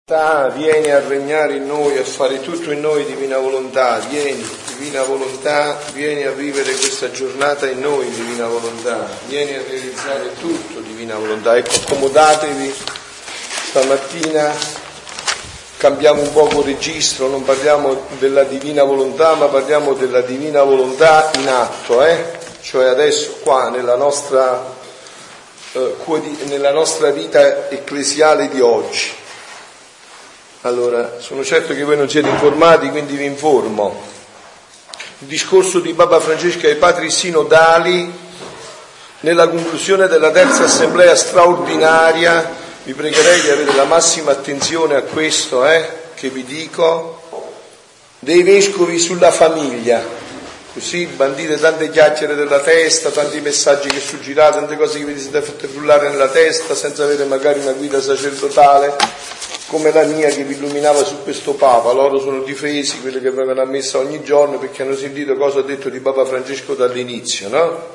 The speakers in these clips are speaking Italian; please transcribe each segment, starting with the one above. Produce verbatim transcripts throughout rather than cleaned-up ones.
Vieni a regnare in noi, a fare tutto in noi, divina volontà. Vieni, divina volontà, vieni a vivere questa giornata in noi, divina volontà. Vieni a realizzare tutto, divina volontà. Ecco, accomodatevi. Stamattina cambiamo un poco registro, non parliamo della divina volontà, ma parliamo della divina volontà in atto, eh? Cioè adesso qua nella nostra, eh, nella nostra vita ecclesiale di oggi. Allora, sono certo che voi non siete informati, quindi vi informo. Il discorso di Papa Francesco ai padri sinodali nella conclusione della terza assemblea straordinaria. Vi pregherei di avere la massima attenzione a questo, eh, che vi dico, dei vescovi sulla famiglia. Così bandite tante chiacchiere della testa, tanti messaggi che suggirate, tante cose che vi siete fatte frullare nella testa senza avere magari una guida sacerdotale come la mia che vi illuminava su questo Papa. Loro sono difesi, quelli che vengono a messa ogni giorno, perché hanno sentito cosa ha detto di Papa Francesco dall'inizio, no?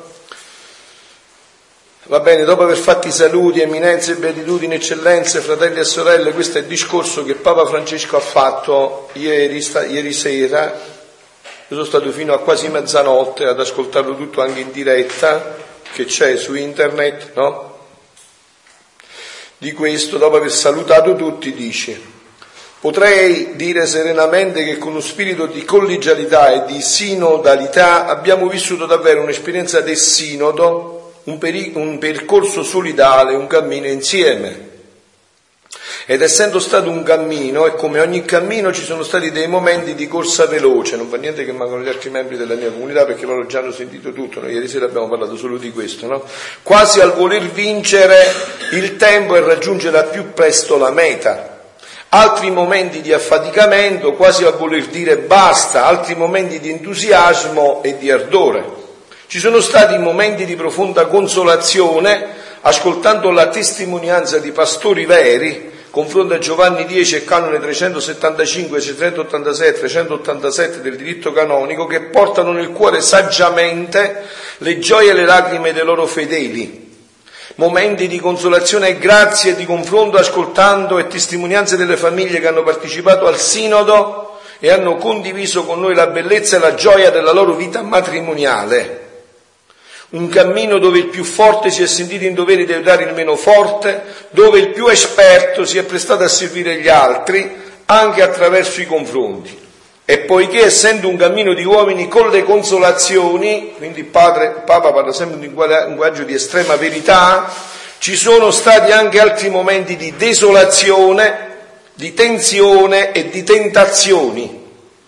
Va bene, dopo aver fatto i saluti, eminenze, beatitudini, eccellenze, fratelli e sorelle, questo è il discorso che Papa Francesco ha fatto ieri, sta, ieri sera. Io sono stato fino a quasi mezzanotte ad ascoltarlo tutto anche in diretta, che c'è su internet, no? Di questo, dopo aver salutato tutti, dice: potrei dire serenamente che con uno spirito di collegialità e di sinodalità abbiamo vissuto davvero un'esperienza del sinodo, un, peri- un percorso solidale, un cammino insieme. Ed essendo stato un cammino, e come ogni cammino ci sono stati dei momenti di corsa veloce, non fa niente che mancano gli altri membri della mia comunità perché loro già hanno sentito tutto, noi ieri sera abbiamo parlato solo di questo, no? Quasi al voler vincere il tempo e raggiungere al più presto la meta. Altri momenti di affaticamento, quasi a voler dire basta, altri momenti di entusiasmo e di ardore. Ci sono stati momenti di profonda consolazione, ascoltando la testimonianza di pastori veri. Confronto a Giovanni dieci e canone trecentosettantacinque, trecentottantasei e trecentottantasette del diritto canonico, che portano nel cuore saggiamente le gioie e le lacrime dei loro fedeli. Momenti di consolazione e grazia e di confronto, ascoltando e testimonianze delle famiglie che hanno partecipato al sinodo e hanno condiviso con noi la bellezza e la gioia della loro vita matrimoniale. Un cammino dove il più forte si è sentito in dovere di aiutare il meno forte, dove il più esperto si è prestato a servire gli altri, anche attraverso i confronti. E poiché, essendo un cammino di uomini con le consolazioni, quindi il padre, Papa parla sempre di un linguaggio di estrema verità, ci sono stati anche altri momenti di desolazione, di tensione e di tentazioni,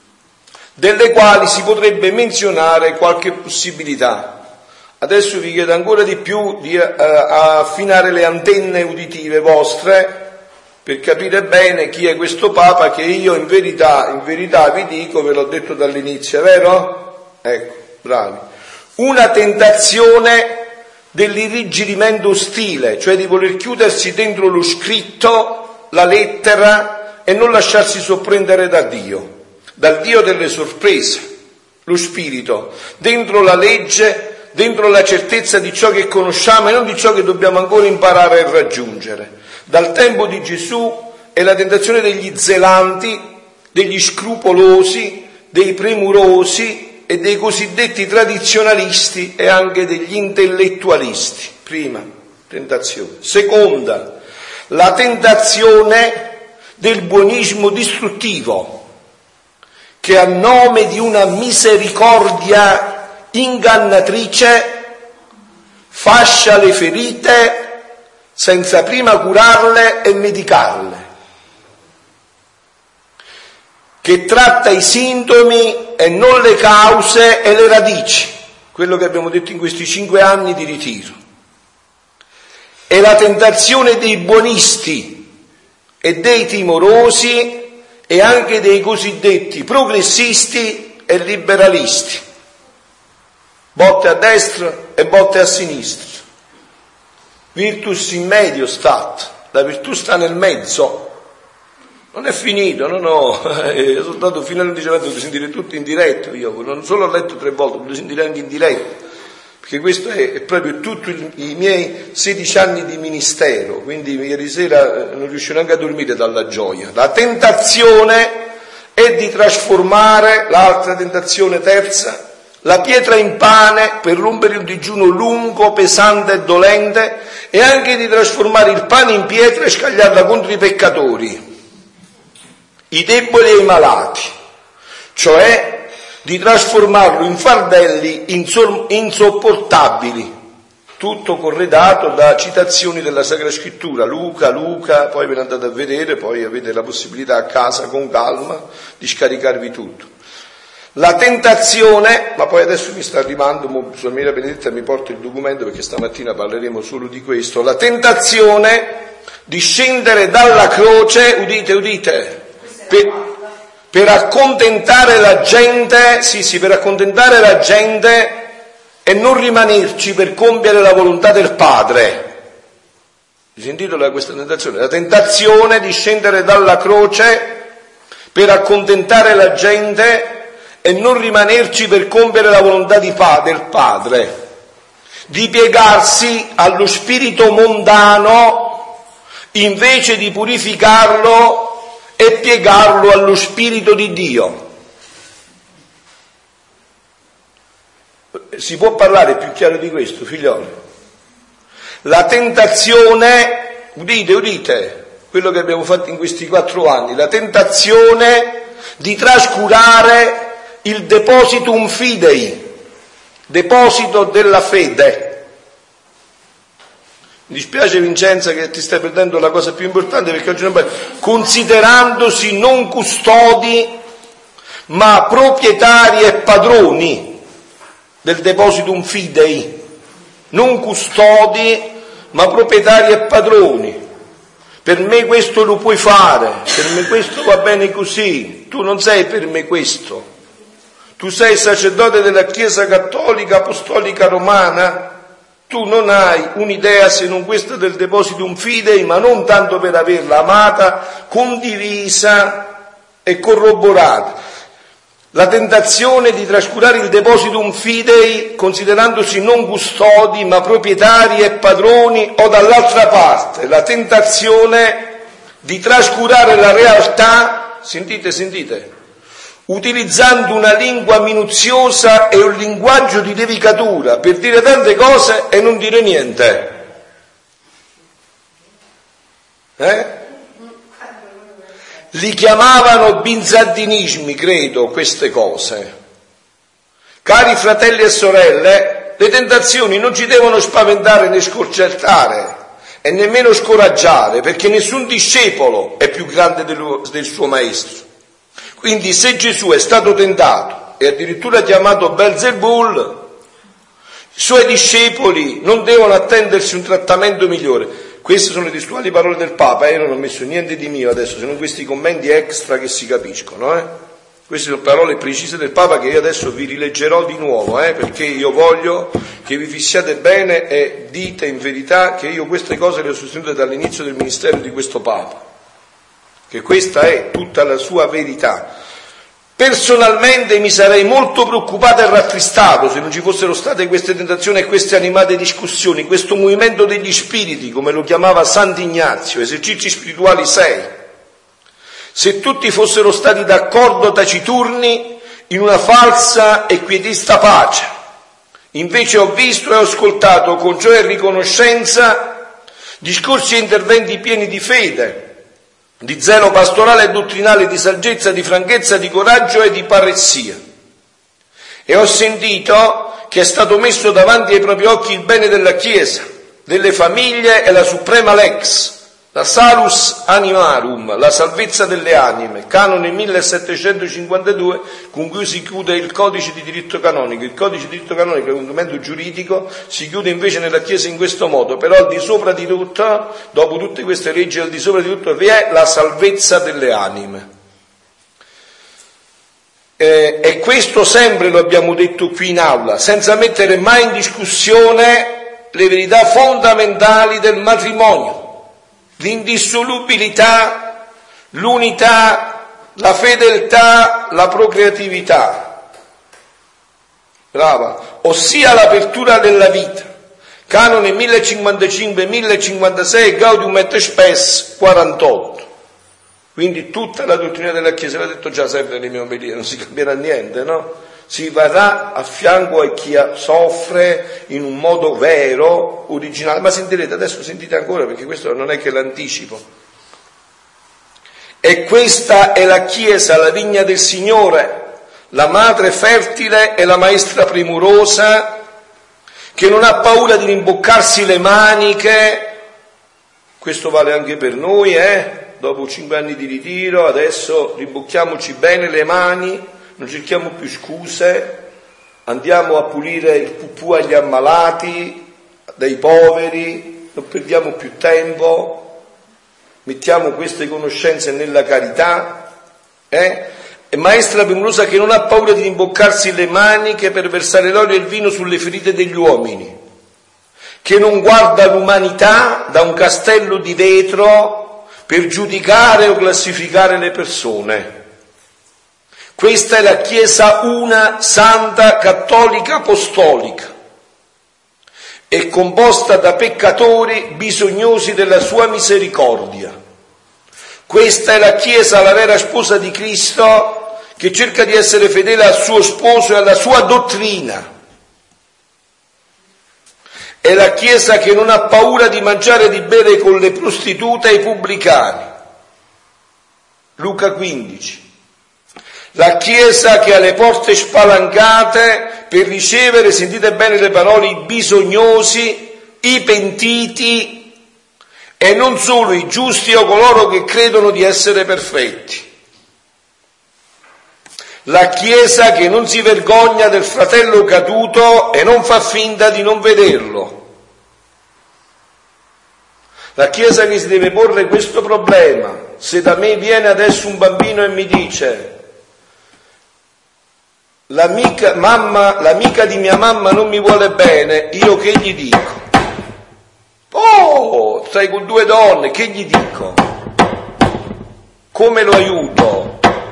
delle quali si potrebbe menzionare qualche possibilità. Adesso vi chiedo ancora di più di uh, affinare le antenne uditive vostre per capire bene chi è questo Papa che io in verità, in verità vi dico, ve l'ho detto dall'inizio, è vero? Ecco, bravi. Una tentazione dell'irrigidimento ostile, cioè di voler chiudersi dentro lo scritto, la lettera e non lasciarsi sorprendere da Dio, dal Dio delle sorprese, lo spirito, dentro la legge, dentro la certezza di ciò che conosciamo e non di ciò che dobbiamo ancora imparare a raggiungere. Dal tempo di Gesù è la tentazione degli zelanti, degli scrupolosi, dei premurosi e dei cosiddetti tradizionalisti e anche degli intellettualisti. Prima, tentazione. Seconda, la tentazione del buonismo distruttivo, che a nome di una misericordia ingannatrice fascia le ferite senza prima curarle e medicarle, che tratta i sintomi e non le cause e le radici, quello che abbiamo detto in questi cinque anni di ritiro. È la tentazione dei buonisti e dei timorosi e anche dei cosiddetti progressisti e liberalisti. Botte a destra e botte a sinistra. Virtus in medio stat, la virtù sta nel mezzo. Non è finito, no, no, sono stato fino all'undicimento, devo sentire tutto in diretto io, non solo ho letto tre volte, devo sentire anche in diretta. perché questo è proprio tutti i miei sedici anni di ministero, quindi ieri sera non riuscivo neanche a dormire dalla gioia. La tentazione è di trasformare, l'altra tentazione terza, la pietra in pane per rompere un digiuno lungo, pesante e dolente, e anche di trasformare il pane in pietra e scagliarla contro i peccatori, i deboli e i malati, cioè di trasformarlo in fardelli insopportabili, tutto corredato da citazioni della Sacra Scrittura, Luca, Luca, poi ve ne andate a vedere, poi avete la possibilità a casa con calma di scaricarvi tutto. La tentazione, ma poi adesso mi sta arrivando, Suor Maria Benedetta mi porta il documento perché stamattina parleremo solo di questo, la tentazione di scendere dalla croce, udite, udite, per, per accontentare la gente, sì sì, per accontentare la gente e non rimanerci per compiere la volontà del Padre. Sentite questa tentazione? La tentazione di scendere dalla croce per accontentare la gente e non rimanerci per compiere la volontà di pa- del Padre, di piegarsi allo spirito mondano invece di purificarlo e piegarlo allo spirito di Dio. Si può parlare più chiaro di questo, figlioli? La tentazione, udite, udite, quello che abbiamo fatto in questi quattro anni, la tentazione di trascurare il depositum fidei, deposito della fede. Mi dispiace Vincenza che ti stai perdendo la cosa più importante, perché oggi non parli, considerandosi non custodi ma proprietari e padroni del depositum fidei, non custodi ma proprietari e padroni. Per me questo lo puoi fare, per me questo va bene così, tu non sei per me questo. Tu sei sacerdote della Chiesa Cattolica Apostolica Romana, tu non hai un'idea se non questa del depositum fidei, ma non tanto per averla amata, condivisa e corroborata. La tentazione di trascurare il depositum fidei considerandosi non custodi ma proprietari e padroni, o dall'altra parte la tentazione di trascurare la realtà, sentite, sentite, utilizzando una lingua minuziosa e un linguaggio di devicatura per dire tante cose e non dire niente. Eh? Li chiamavano binzardinismi, credo, queste cose. Cari fratelli e sorelle, le tentazioni non ci devono spaventare né sconcertare e nemmeno scoraggiare, perché nessun discepolo è più grande del, del suo maestro. Quindi se Gesù è stato tentato e addirittura chiamato Belzebul, i suoi discepoli non devono attendersi un trattamento migliore. Queste sono le testuali parole del Papa, io non ho messo niente di mio adesso, se non questi commenti extra che si capiscono. Eh? Queste sono parole precise del Papa che io adesso vi rileggerò di nuovo, eh? Perché io voglio che vi fissiate bene e dite in verità che io queste cose le ho sostenute dall'inizio del ministero di questo Papa, che questa è tutta la sua verità. Personalmente mi sarei molto preoccupato e rattristato se non ci fossero state queste tentazioni e queste animate discussioni, questo movimento degli spiriti, come lo chiamava Sant'Ignazio, esercizi spirituali sei. Se tutti fossero stati d'accordo taciturni in una falsa e quietista pace. Invece ho visto e ho ascoltato con gioia e riconoscenza discorsi e interventi pieni di fede, di zelo pastorale e dottrinale, di saggezza, di franchezza, di coraggio e di paressia. E ho sentito che è stato messo davanti ai propri occhi il bene della Chiesa, delle famiglie e la suprema lex, la salus animarum, la salvezza delle anime, canone millesettecentocinquantadue, con cui si chiude il codice di diritto canonico. Il codice di diritto canonico è un documento giuridico, si chiude invece nella Chiesa in questo modo, però al di sopra di tutto, dopo tutte queste leggi, al di sopra di tutto vi è la salvezza delle anime. Eh, e questo sempre lo abbiamo detto qui in aula, senza mettere mai in discussione le verità fondamentali del matrimonio. L'indissolubilità, l'unità, la fedeltà, la procreatività. brava, ossia l'apertura della vita. Canone mille cinquantacinque, mille cinquantasei, Gaudium et Spes quarantotto. Quindi tutta la dottrina della Chiesa, l'ho detto già sempre nelle mie omelie, non si cambierà niente, no? Si varrà a fianco a chi soffre in un modo vero, originale. Ma sentirete, adesso sentite ancora, perché questo non è che l'anticipo. E questa è la Chiesa, la vigna del Signore, la madre fertile e la maestra premurosa, che non ha paura di rimboccarsi le maniche. Questo vale anche per noi, eh? Dopo cinque anni di ritiro, adesso rimbocchiamoci bene le mani, non cerchiamo più scuse, andiamo a pulire il pupù agli ammalati, dai poveri, non perdiamo più tempo, mettiamo queste conoscenze nella carità, eh? E maestra premurosa che non ha paura di rimboccarsi le maniche per versare l'olio e il vino sulle ferite degli uomini, che non guarda l'umanità da un castello di vetro per giudicare o classificare le persone. Questa è la Chiesa una, santa, cattolica, apostolica. È composta da peccatori bisognosi della sua misericordia. Questa è la Chiesa, la vera sposa di Cristo, che cerca di essere fedele al suo sposo e alla sua dottrina. È la Chiesa che non ha paura di mangiare e di bere con le prostitute e i pubblicani. Luca quindici. La Chiesa che ha le porte spalancate per ricevere, sentite bene le parole, i bisognosi, i pentiti e non solo i giusti o coloro che credono di essere perfetti. La Chiesa che non si vergogna del fratello caduto e non fa finta di non vederlo. La Chiesa che si deve porre questo problema. Se da me viene adesso un bambino e mi dice: l'amica, mamma, l'amica di mia mamma non mi vuole bene, io che gli dico? Oh, stai con due donne, che gli dico? Come lo aiuto?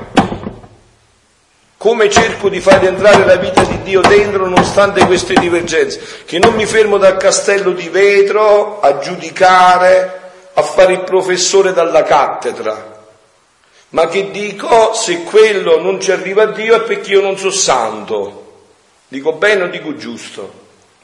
Come cerco di far entrare la vita di Dio dentro nonostante queste divergenze? Che non mi fermo dal castello di vetro a giudicare, a fare il professore dalla cattedra, ma che dico: se quello non ci arriva a Dio è perché io non so santo. Dico bene o dico giusto?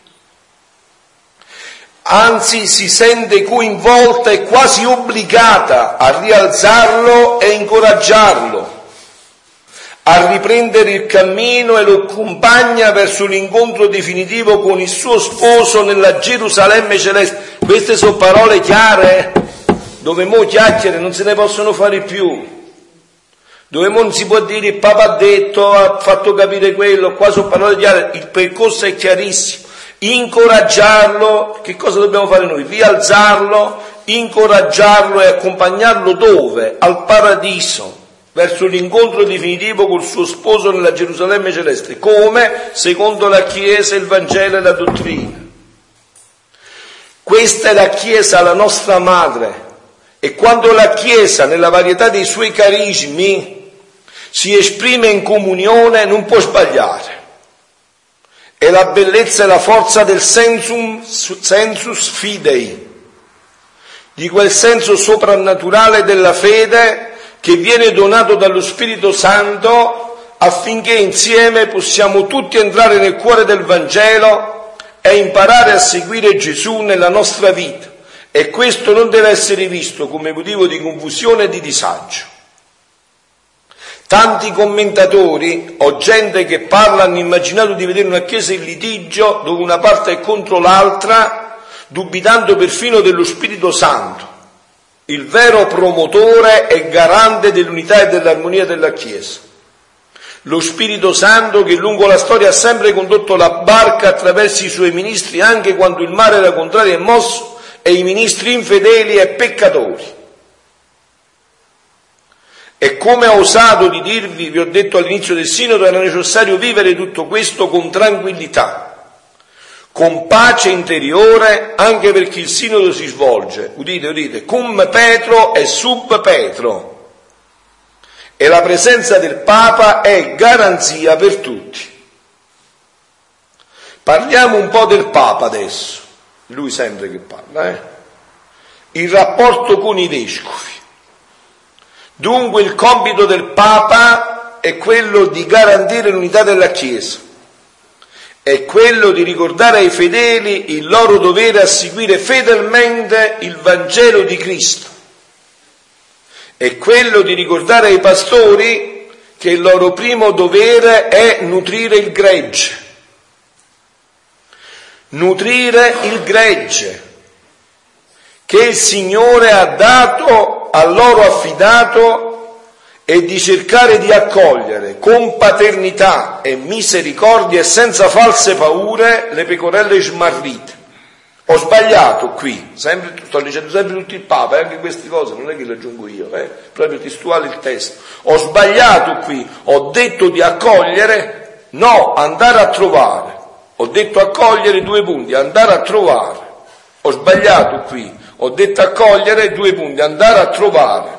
Anzi, si sente coinvolta e quasi obbligata a rialzarlo e incoraggiarlo, a riprendere il cammino e lo accompagna verso l'incontro definitivo con il suo sposo nella Gerusalemme celeste. Queste sono parole chiare, dove mo chiacchiere non se ne possono fare più, dove mo non si può dire il Papa ha detto, ha fatto capire quello. Qua sono parole chiare, il percorso è chiarissimo. Incoraggiarlo, che cosa dobbiamo fare noi? Rialzarlo, incoraggiarlo e accompagnarlo dove? Al paradiso, verso l'incontro definitivo col suo sposo nella Gerusalemme celeste. Come? Secondo la Chiesa, il Vangelo e la dottrina. Questa è la Chiesa, la nostra madre. E quando la Chiesa, nella varietà dei suoi carismi, si esprime in comunione, non può sbagliare. È la bellezza e la forza del sensum, sensus fidei, di quel senso soprannaturale della fede che viene donato dallo Spirito Santo affinché insieme possiamo tutti entrare nel cuore del Vangelo e imparare a seguire Gesù nella nostra vita. E questo non deve essere visto come motivo di confusione e di disagio. Tanti commentatori o gente che parla hanno immaginato di vedere una Chiesa in litigio dove una parte è contro l'altra, dubitando perfino dello Spirito Santo, il vero promotore e garante dell'unità e dell'armonia della Chiesa. Lo Spirito Santo che lungo la storia ha sempre condotto la barca attraverso i suoi ministri anche quando il mare era contrario e mosso e i ministri infedeli e peccatori. E come ho osato di dirvi, vi ho detto all'inizio del Sinodo, era necessario vivere tutto questo con tranquillità, con pace interiore, anche perché il Sinodo si svolge, udite, udite, cum Petro e sub Petro, e la presenza del Papa è garanzia per tutti. Parliamo un po' del Papa adesso, lui sempre che parla, eh? Il rapporto con i vescovi. Dunque il compito del Papa è quello di garantire l'unità della Chiesa, è quello di ricordare ai fedeli il loro dovere a seguire fedelmente il Vangelo di Cristo, è quello di ricordare ai pastori che il loro primo dovere è nutrire il gregge, nutrire il gregge che il Signore ha dato, a loro affidato, e di cercare di accogliere con paternità e misericordia e senza false paure le pecorelle smarrite. Ho sbagliato qui, sempre, sto dicendo sempre tutto il Papa, e anche queste cose, non è che le aggiungo io, eh? Proprio testuale il testo. Ho sbagliato qui, ho detto di accogliere, no, andare a trovare. Ho detto accogliere due punti, andare a trovare. Ho sbagliato qui, ho detto accogliere due punti, andare a trovare.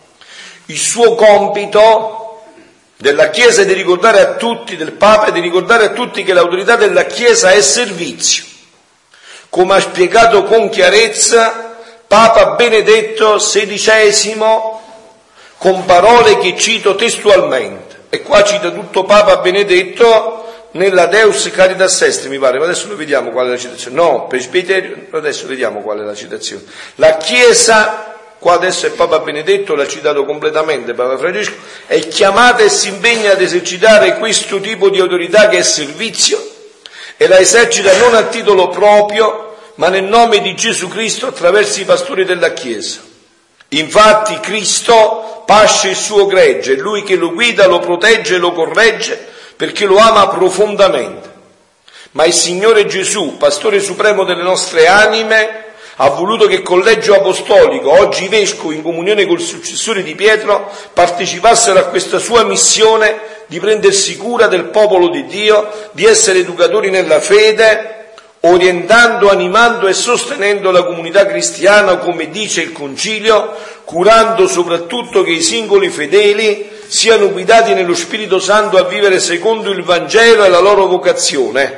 Il suo compito della Chiesa è di ricordare a tutti, del Papa, è di ricordare a tutti che l'autorità della Chiesa è servizio. Come ha spiegato con chiarezza Papa Benedetto sedicesimo, con parole che cito testualmente. E qua cita tutto Papa Benedetto nella Deus Caritas Est, mi pare, ma adesso lo vediamo qual è la citazione. No, Presbiterio, adesso vediamo qual è la citazione. La Chiesa, qua adesso è Papa Benedetto, l'ha citato completamente Papa Francesco, è chiamata e si impegna ad esercitare questo tipo di autorità che è servizio, e la esercita non a titolo proprio, ma nel nome di Gesù Cristo attraverso i pastori della Chiesa. Infatti Cristo pasce il suo gregge, è Lui che lo guida, lo protegge e lo corregge, perché lo ama profondamente. Ma il Signore Gesù, Pastore Supremo delle nostre anime, ha voluto che il Collegio Apostolico, oggi vescovo in comunione col successore di Pietro, partecipassero a questa sua missione di prendersi cura del popolo di Dio, di essere educatori nella fede, orientando, animando e sostenendo la comunità cristiana, come dice il Concilio, curando soprattutto che i singoli fedeli siano guidati nello Spirito Santo a vivere secondo il Vangelo e la loro vocazione,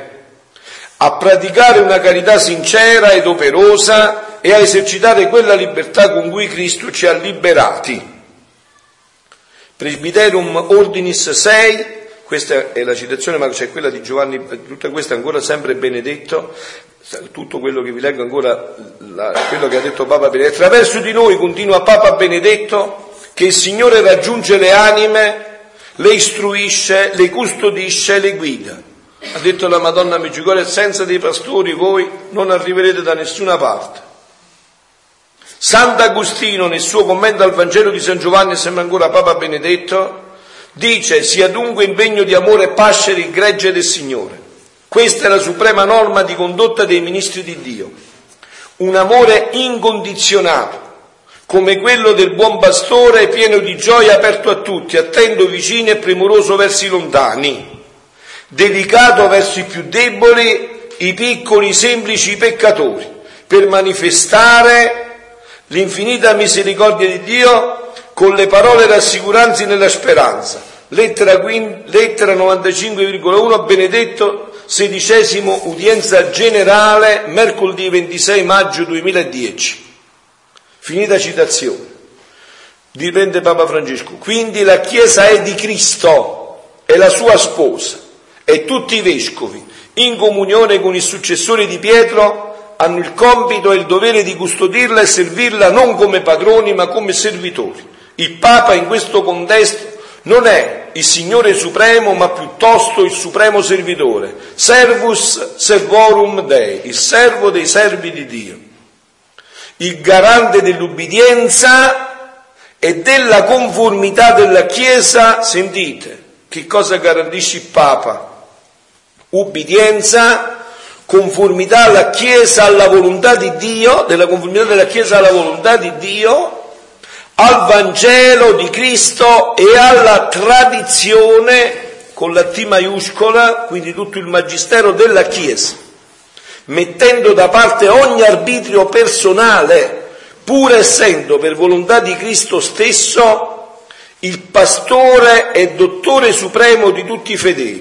a praticare una carità sincera ed operosa e a esercitare quella libertà con cui Cristo ci ha liberati. Presbyterium Ordinis sei, questa è la citazione, ma c'è quella di Giovanni, tutta questa ancora sempre Benedetto, tutto quello che vi leggo ancora, la, quello che ha detto Papa Benedetto. Attraverso di noi, continua Papa Benedetto, che il Signore raggiunge le anime, le istruisce, le custodisce, le guida. Ha detto la Madonna Medjugorje, senza dei pastori voi non arriverete da nessuna parte. Sant'Agostino, nel suo commento al Vangelo di San Giovanni, sembra ancora Papa Benedetto, dice: sia dunque impegno di amore pascere il gregge del Signore. Questa è la suprema norma di condotta dei ministri di Dio. Un amore incondizionato, come quello del buon pastore, pieno di gioia, aperto a tutti, attento, vicino e premuroso verso i lontani, delicato verso i più deboli, i piccoli, semplici peccatori, per manifestare l'infinita misericordia di Dio con le parole rassicuranti nella speranza. Lettera, lettera novantacinque virgola uno, Benedetto sedicesimo, udienza generale, mercoledì ventisei maggio duemiladieci. Finita citazione. Riprende Papa Francesco. Quindi la Chiesa è di Cristo, è la sua sposa, e tutti i vescovi, in comunione con il successore di Pietro, hanno il compito e il dovere di custodirla e servirla non come padroni ma come servitori. Il Papa in questo contesto non è il Signore Supremo, ma piuttosto il Supremo Servitore, servus servorum Dei, il servo dei servi di Dio, il garante dell'ubbidienza e della conformità della Chiesa. Sentite, che cosa garantisce il Papa? Ubbidienza, conformità alla Chiesa, alla volontà di Dio, della conformità della Chiesa alla volontà di Dio, al Vangelo di Cristo e alla tradizione, con la T maiuscola, quindi tutto il magistero della Chiesa, mettendo da parte ogni arbitrio personale, pur essendo per volontà di Cristo stesso il pastore e dottore supremo di tutti i fedeli,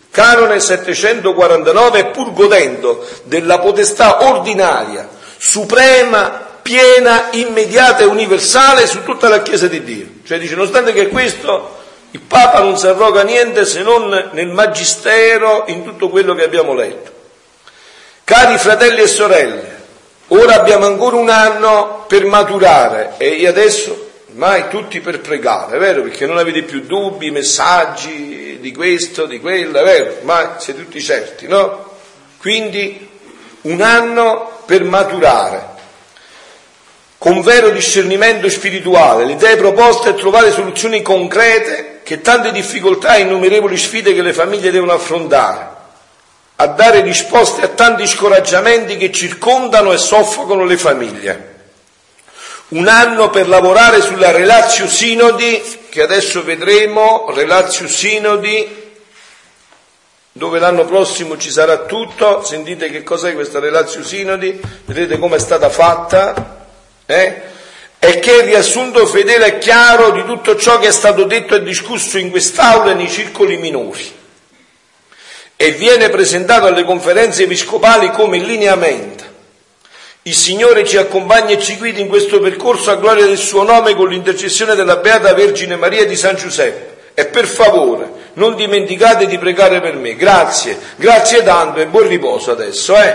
Canone settecentoquarantanove, pur godendo della potestà ordinaria, suprema, piena, immediata e universale su tutta la Chiesa di Dio. Cioè dice, nonostante che questo, il Papa non si arroga niente se non nel magistero, in tutto quello che abbiamo letto. Cari fratelli e sorelle, ora abbiamo ancora un anno per maturare e io adesso ormai tutti per pregare, è vero? Perché non avete più dubbi, messaggi di questo, di quello, è vero? Ma siete tutti certi, no? Quindi un anno per maturare, con vero discernimento spirituale, le idee proposte e trovare soluzioni concrete che tante difficoltà e innumerevoli sfide che le famiglie devono affrontare, a dare risposte a tanti scoraggiamenti che circondano e soffocano le famiglie. Un anno per lavorare sulla Relatio Synodi, che adesso vedremo, Relatio Synodi, dove l'anno prossimo ci sarà tutto. Sentite che cos'è questa Relatio Synodi, vedete come è stata fatta, eh? E che è il riassunto fedele e chiaro di tutto ciò che è stato detto e discusso in quest'aula e nei circoli minori, e viene presentato alle conferenze episcopali come lineamento. Il Signore ci accompagna e ci guida in questo percorso a gloria del suo nome, con l'intercessione della Beata Vergine Maria e di San Giuseppe. E per favore non dimenticate di pregare per me. Grazie, grazie tanto e buon riposo adesso, eh?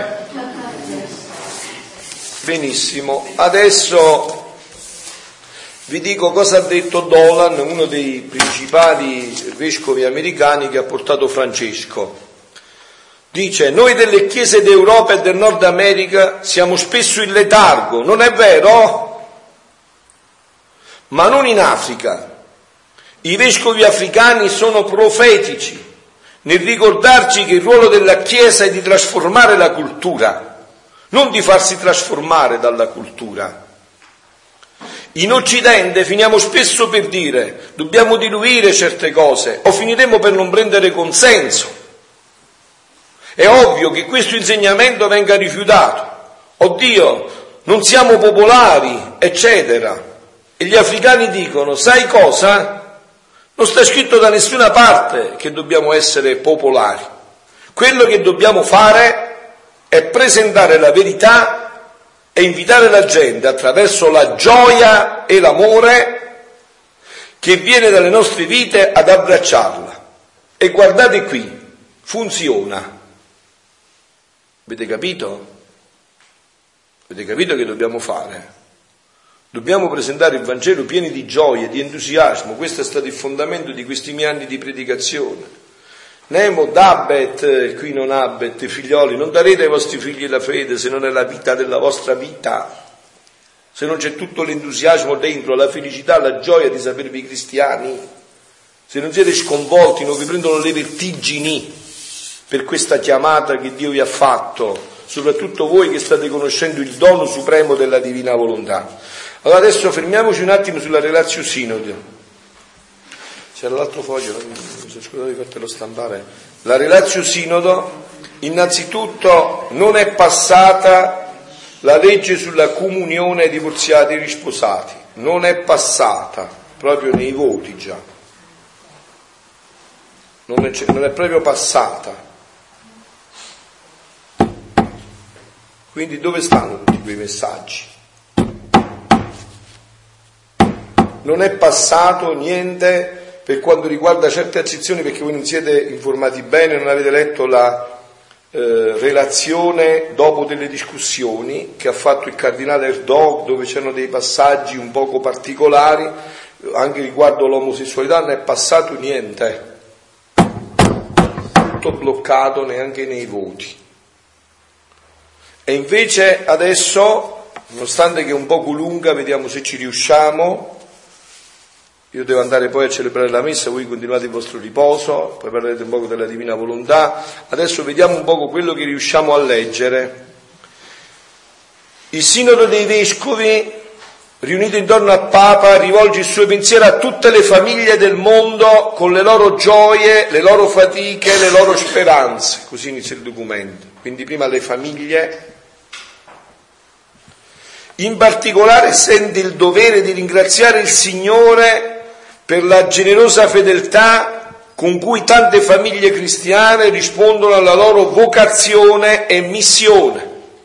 Benissimo, adesso vi dico cosa ha detto Dolan, uno dei principali vescovi americani che ha portato Francesco. Dice, noi delle chiese d'Europa e del Nord America siamo spesso in letargo, non è vero? Ma non in Africa. I vescovi africani sono profetici nel ricordarci che il ruolo della Chiesa è di trasformare la cultura, non di farsi trasformare dalla cultura. In Occidente finiamo spesso per dire, dobbiamo diluire certe cose o finiremo per non prendere consenso. È ovvio che questo insegnamento venga rifiutato. Oddio, non siamo popolari, eccetera. E gli africani dicono, sai cosa? Non sta scritto da nessuna parte che dobbiamo essere popolari. Quello che dobbiamo fare è presentare la verità e invitare la gente attraverso la gioia e l'amore che viene dalle nostre vite ad abbracciarla. E guardate qui, funziona. Avete capito? Avete capito che dobbiamo fare? Dobbiamo presentare il Vangelo pieni di gioia, di entusiasmo. Questo è stato il fondamento di questi miei anni di predicazione. Nemo, Dabbet, qui non Abbet, figlioli, non darete ai vostri figli la fede se non è la vita della vostra vita, se non c'è tutto l'entusiasmo dentro, la felicità, la gioia di sapervi cristiani, se non siete sconvolti, non vi prendono le vertigini per questa chiamata che Dio vi ha fatto, soprattutto voi che state conoscendo il dono supremo della divina volontà. Allora adesso fermiamoci un attimo sulla Relatio Synodi. C'era l'altro foglio, mi sono scordato di fartelo stampare. La Relatio Synodo, innanzitutto, non è passata la legge sulla comunione ai divorziati e risposati, non è passata, proprio nei voti già, non è, non è proprio passata. Quindi dove stanno tutti quei messaggi? Non è passato niente per quanto riguarda certe accezioni, perché voi non siete informati bene, non avete letto la eh, relazione dopo delle discussioni che ha fatto il cardinale Erdogan, dove c'erano dei passaggi un poco particolari, anche riguardo l'omosessualità. Non è passato niente, tutto bloccato, neanche nei voti. E invece adesso, nonostante che è un poco lunga, vediamo se ci riusciamo. Io devo andare poi a celebrare la messa, voi continuate il vostro riposo, poi parlerete un poco della divina volontà. Adesso vediamo un poco quello che riusciamo a leggere. Il Sinodo dei Vescovi, riunito intorno al Papa, rivolge il suo pensiero a tutte le famiglie del mondo con le loro gioie, le loro fatiche, le loro speranze. Così inizia il documento. Quindi prima le famiglie. In particolare sente il dovere di ringraziare il Signore per la generosa fedeltà con cui tante famiglie cristiane rispondono alla loro vocazione e missione.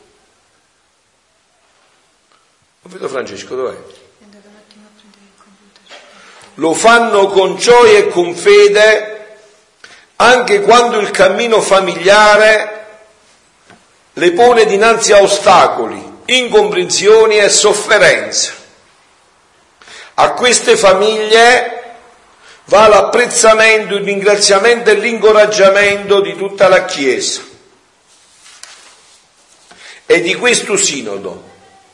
Non vedo Francesco, dov'è? Lo fanno con gioia e con fede anche quando il cammino familiare le pone dinanzi a ostacoli, incomprensioni e sofferenze. A queste famiglie va l'apprezzamento, il ringraziamento e l'incoraggiamento di tutta la Chiesa e di questo sinodo.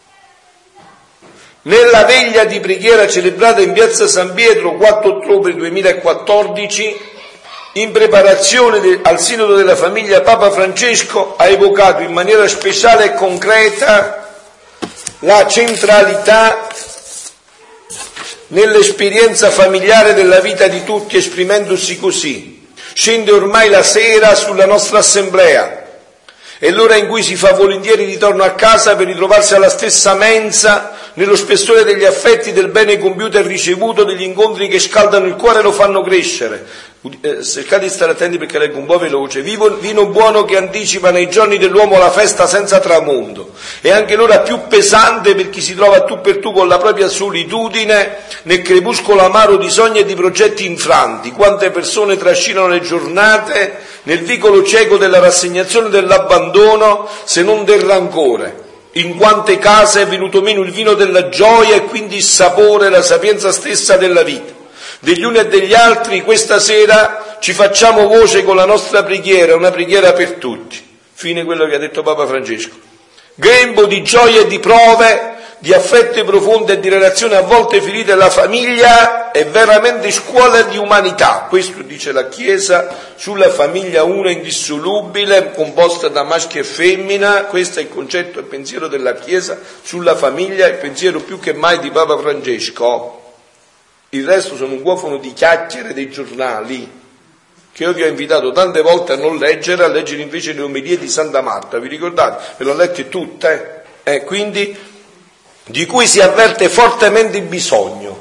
Nella veglia di preghiera celebrata in piazza San Pietro quattro ottobre duemilaquattordici, in preparazione de, al sinodo della famiglia, Papa Francesco ha evocato in maniera speciale e concreta la centralità nell'esperienza familiare della vita di tutti, esprimendosi così: scende ormai la sera sulla nostra assemblea, è l'ora in cui si fa volentieri ritorno a casa per ritrovarsi alla stessa mensa, nello spessore degli affetti, del bene compiuto e ricevuto, degli incontri che scaldano il cuore e lo fanno crescere. Eh, cercate di stare attenti perché leggo un po' veloce. Vivo, vino buono che anticipa nei giorni dell'uomo la festa senza tramonto. È anche l'ora più pesante per chi si trova tu per tu con la propria solitudine nel crepuscolo amaro di sogni e di progetti infranti. Quante persone trascinano le giornate nel vicolo cieco della rassegnazione e dell'abbandono, se non del rancore. In quante case è venuto meno il vino della gioia e quindi il sapore, la sapienza stessa della vita. Degli uni e degli altri questa sera ci facciamo voce con la nostra preghiera, una preghiera per tutti. Fine quello che ha detto Papa Francesco. Grembo di gioia e di prove, di affetto profondo e di relazioni a volte ferite. La famiglia è veramente scuola di umanità. Questo dice la Chiesa sulla famiglia una indissolubile, composta da maschio e femmina. Questo è il concetto e il pensiero della Chiesa sulla famiglia, il pensiero più che mai di Papa Francesco. Il resto sono un guofono di chiacchiere dei giornali, che io vi ho invitato tante volte a non leggere, a leggere invece le omelie di Santa Marta. Vi ricordate? Ve le ho lette tutte. Eh, quindi, di cui si avverte fortemente il bisogno.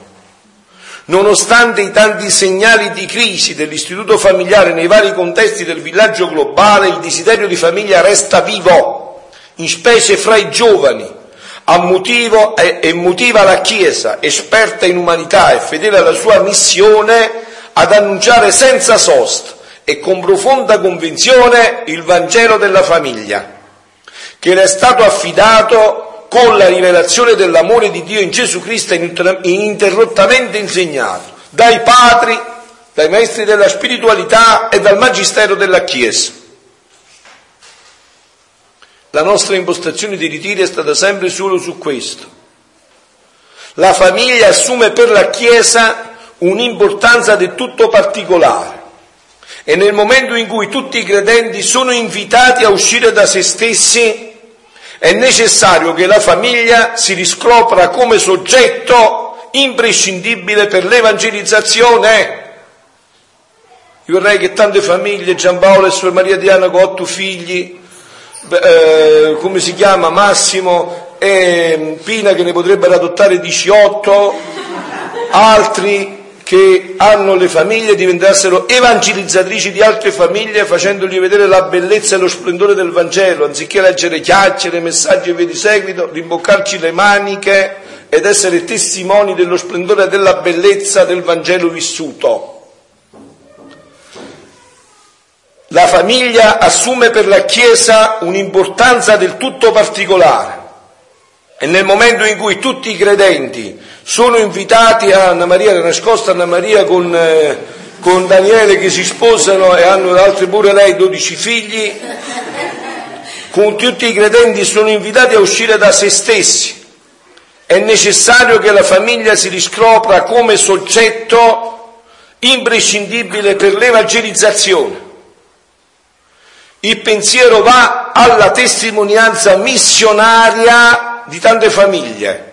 Nonostante i tanti segnali di crisi dell'istituto familiare nei vari contesti del villaggio globale, il desiderio di famiglia resta vivo, in specie fra i giovani. A motivo e, e motiva la Chiesa, esperta in umanità e fedele alla sua missione, ad annunciare senza sosta e con profonda convinzione il Vangelo della famiglia, che le è stato affidato con la rivelazione dell'amore di Dio in Gesù Cristo ininterrottamente insegnato dai padri, dai maestri della spiritualità e dal magistero della Chiesa. La nostra impostazione di ritiro è stata sempre solo su questo. La famiglia assume per la Chiesa un'importanza del tutto particolare e nel momento in cui tutti i credenti sono invitati a uscire da se stessi è necessario che la famiglia si riscopra come soggetto imprescindibile per l'evangelizzazione. Io vorrei che tante famiglie, Giampaolo e Suor Maria Diana con otto figli, Eh, come si chiama, Massimo e Pina che ne potrebbero adottare diciotto, altri che hanno le famiglie diventassero evangelizzatrici di altre famiglie, facendogli vedere la bellezza e lo splendore del Vangelo, anziché leggere chiacchiere, messaggi e via di seguito, rimboccarci le maniche ed essere testimoni dello splendore e della bellezza del Vangelo vissuto. La famiglia assume per la Chiesa un'importanza del tutto particolare e nel momento in cui tutti i credenti sono invitati a Anna Maria, era nascosta Anna Maria con, eh, con Daniele che si sposano e hanno altre pure lei dodici figli, con tutti i credenti sono invitati a uscire da se stessi. È necessario che la famiglia si riscopra come soggetto imprescindibile per l'evangelizzazione. Il pensiero va alla testimonianza missionaria di tante famiglie.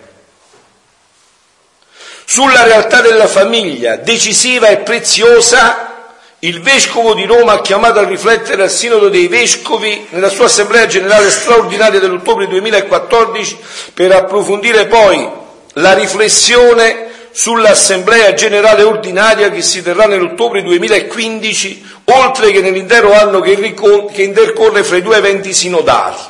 Sulla realtà della famiglia, decisiva e preziosa, il Vescovo di Roma ha chiamato a riflettere al Sinodo dei Vescovi nella sua Assemblea Generale straordinaria dell'ottobre duemilaquattordici per approfondire poi la riflessione sull'assemblea generale ordinaria che si terrà nell'ottobre duemilaquindici, oltre che nell'intero anno che, ricon- che intercorre fra i due eventi sinodali.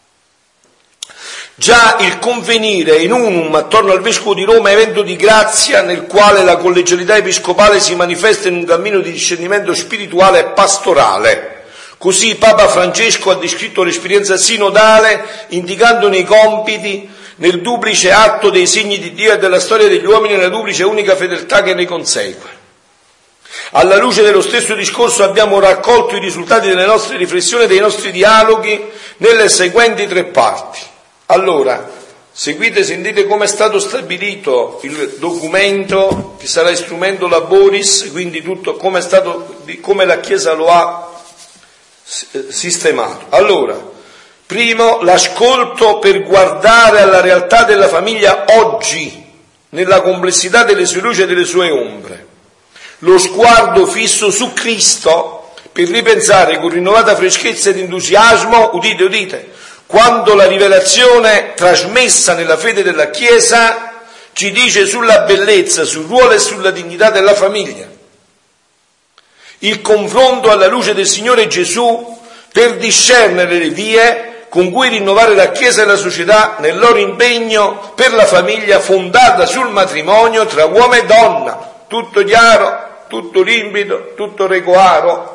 Già il convenire in unum attorno al Vescovo di Roma è evento di grazia nel quale la collegialità episcopale si manifesta in un cammino di discernimento spirituale e pastorale. Così Papa Francesco ha descritto l'esperienza sinodale indicandone i compiti nel duplice atto dei segni di Dio e della storia degli uomini e nella duplice e unica fedeltà che ne consegue. Alla luce dello stesso discorso abbiamo raccolto i risultati delle nostre riflessioni e dei nostri dialoghi nelle seguenti tre parti. Allora, seguite, sentite come è stato stabilito il documento che sarà strumento laboris, quindi tutto come è stato, come la Chiesa lo ha sistemato. Allora, primo, l'ascolto per guardare alla realtà della famiglia oggi, nella complessità delle sue luci e delle sue ombre. Lo sguardo fisso su Cristo per ripensare con rinnovata freschezza ed entusiasmo, udite, udite, quando la rivelazione trasmessa nella fede della Chiesa ci dice sulla bellezza, sul ruolo e sulla dignità della famiglia. Il confronto alla luce del Signore Gesù per discernere le vie con cui rinnovare la Chiesa e la società nel loro impegno per la famiglia fondata sul matrimonio tra uomo e donna. Tutto chiaro, tutto limpido, tutto regolare.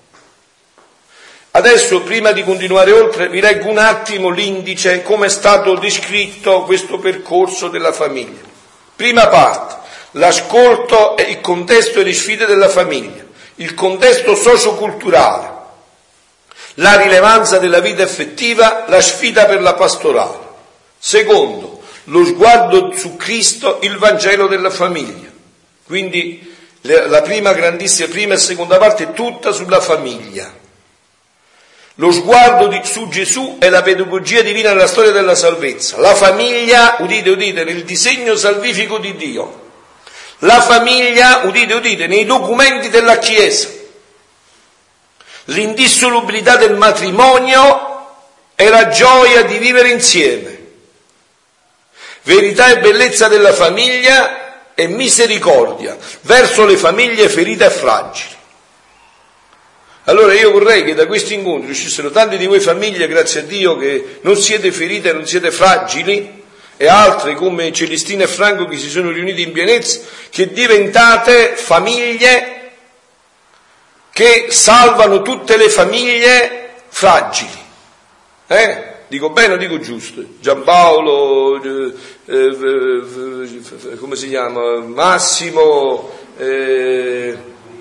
Adesso, prima di continuare oltre, vi leggo un attimo l'indice, come è stato descritto questo percorso della famiglia. Prima parte, l'ascolto e il contesto e le sfide della famiglia, il contesto socioculturale, la rilevanza della vita effettiva, la sfida per la pastorale. Secondo, lo sguardo su Cristo, il Vangelo della famiglia. Quindi la prima grandissima, prima e seconda parte, tutta sulla famiglia. Lo sguardo di, su Gesù è la pedagogia divina nella storia della salvezza. La famiglia, udite, udite, nel disegno salvifico di Dio. La famiglia, udite, udite, nei documenti della Chiesa. L'indissolubilità del matrimonio e la gioia di vivere insieme. Verità e bellezza della famiglia e misericordia verso le famiglie ferite e fragili. Allora io vorrei che da questi incontri uscissero tante di voi famiglie, grazie a Dio, che non siete ferite e non siete fragili, e altre come Celestina e Franco che si sono riuniti in pienezza, che diventate famiglie che salvano tutte le famiglie fragili. Eh? Dico bene o dico giusto? Giampaolo, eh, eh, come si chiama? Massimo, eh,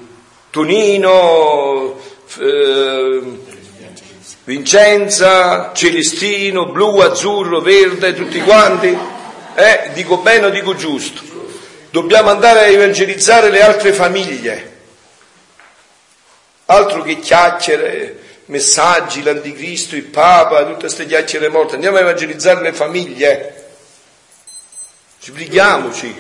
Tonino, eh, Vincenza, Celestino, blu, azzurro, verde, tutti quanti. Eh? Dico bene o dico giusto? Dobbiamo andare a evangelizzare le altre famiglie. Altro che chiacchiere, messaggi, l'anticristo, il Papa, tutte queste chiacchiere morte. Andiamo a evangelizzare le famiglie. Sbrighiamoci.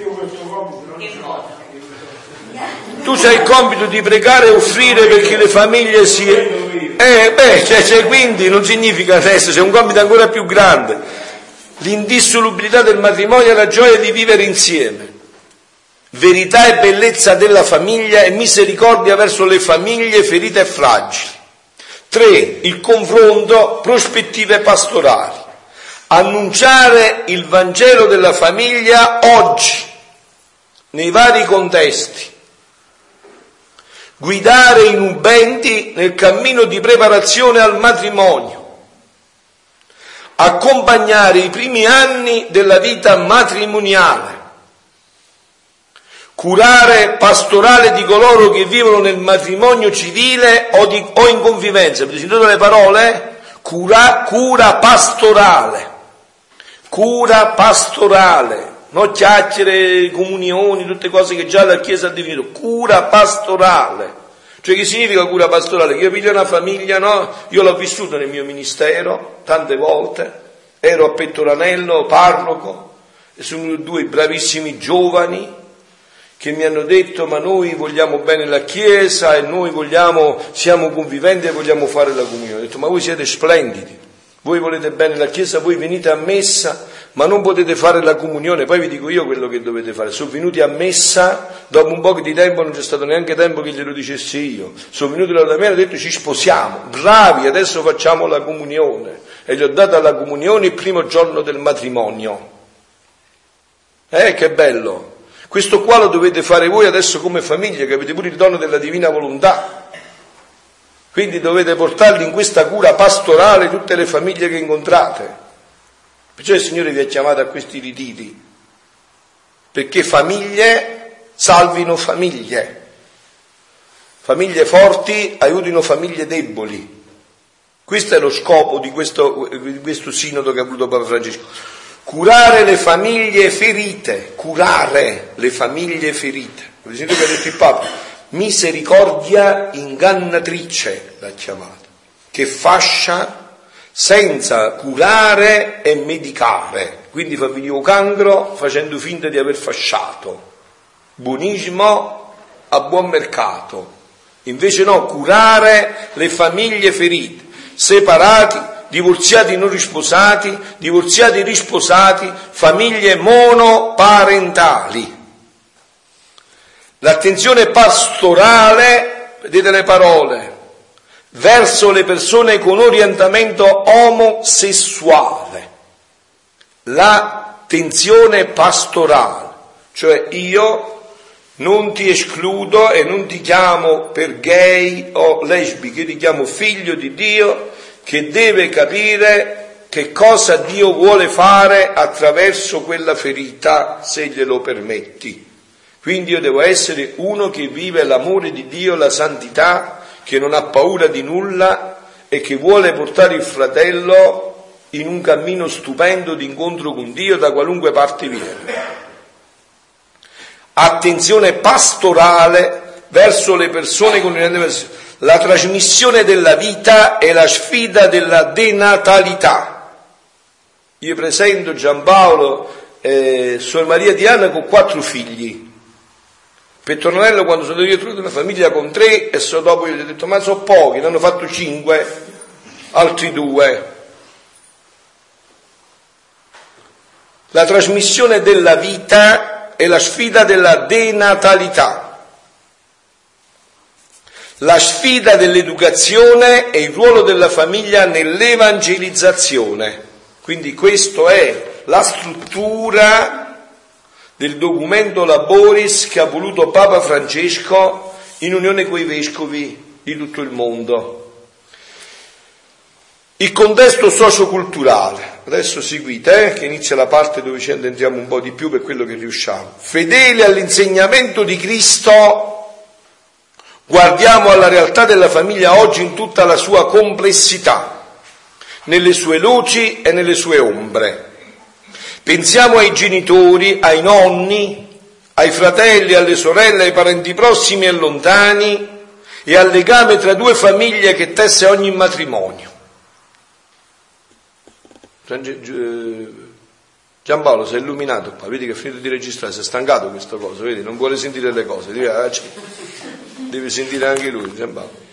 Tu c'hai il compito di pregare e offrire perché le famiglie si... Eh, beh, cioè, cioè, quindi non significa adesso, c'è un compito ancora più grande. L'indissolubilità del matrimonio e la gioia di vivere insieme. Verità e bellezza della famiglia e misericordia verso le famiglie ferite e fragili. Tre, il confronto, prospettive pastorali. Annunciare il Vangelo della famiglia oggi, nei vari contesti. Guidare i nubenti nel cammino di preparazione al matrimonio. Accompagnare i primi anni della vita matrimoniale. Curare pastorale di coloro che vivono nel matrimonio civile o, di, o in convivenza. Avete sentito le parole? Cura, cura pastorale. Cura pastorale. Non chiacchiere, comunioni, tutte cose che già la Chiesa ha definito. Cura pastorale. Cioè che significa cura pastorale? Che io piglio una famiglia, no? Io l'ho vissuto nel mio ministero tante volte. Ero a Pettoranello, parroco, e sono due bravissimi giovani che mi hanno detto: ma noi vogliamo bene la Chiesa e noi vogliamo, siamo conviventi e vogliamo fare la comunione. Ho detto: ma voi siete splendidi, voi volete bene la Chiesa, voi venite a messa, ma non potete fare la comunione. Poi vi dico io quello che dovete fare. Sono venuti a messa, dopo un po' di tempo non c'è stato neanche tempo che glielo dicessi io. Sono venuti da me e hanno detto ci sposiamo, bravi, adesso facciamo la comunione. E gli ho dato la comunione il primo giorno del matrimonio. Eh, che bello! Questo qua lo dovete fare voi adesso come famiglia, che avete pure il dono della divina volontà. Quindi dovete portarli in questa cura pastorale tutte le famiglie che incontrate. Perciò il Signore vi ha chiamato a questi ritiri, perché famiglie salvino famiglie. Famiglie forti aiutino famiglie deboli. Questo è lo scopo di questo, di questo sinodo che ha voluto Papa Francesco. Curare le famiglie ferite, curare le famiglie ferite. Avete sentito che ha detto il Papa? Misericordia ingannatrice l'ha chiamata, che fascia senza curare e medicare. Quindi fa venire un cancro facendo finta di aver fasciato. Buonismo a buon mercato. Invece no, curare le famiglie ferite, separati, divorziati non risposati, divorziati risposati, famiglie monoparentali. L'attenzione pastorale, vedete le parole, verso le persone con orientamento omosessuale. L'attenzione pastorale, cioè io non ti escludo e non ti chiamo per gay o lesbiche, io ti chiamo figlio di Dio, che deve capire che cosa Dio vuole fare attraverso quella ferita, se glielo permetti. Quindi io devo essere uno che vive l'amore di Dio, la santità, che non ha paura di nulla e che vuole portare il fratello in un cammino stupendo di incontro con Dio da qualunque parte viene. Attenzione pastorale verso le persone con la trasmissione della vita e la sfida della denatalità. Io presento Giampaolo e Suor Maria Diana con quattro figli. Petronello, quando sono io trovato una famiglia con tre, e so dopo io gli ho detto ma sono pochi, ne hanno fatto cinque, altri due. La trasmissione della vita e la sfida della denatalità. La sfida dell'educazione e il ruolo della famiglia nell'evangelizzazione. Quindi questa è la struttura del documento Laboris che ha voluto Papa Francesco in unione con i vescovi di tutto il mondo. Il contesto socioculturale. Adesso seguite, eh, che inizia la parte dove ci addentriamo un po' di più per quello che riusciamo. Fedeli all'insegnamento di Cristo, guardiamo alla realtà della famiglia oggi in tutta la sua complessità, nelle sue luci e nelle sue ombre. Pensiamo ai genitori, ai nonni, ai fratelli, alle sorelle, ai parenti prossimi e lontani e al legame tra due famiglie che tesse ogni matrimonio. Giampaolo si è illuminato qua, vedi che ha finito di registrare, si è stancato questa cosa, vedi, non vuole sentire le cose, deve, deve sentire anche lui, Giampaolo.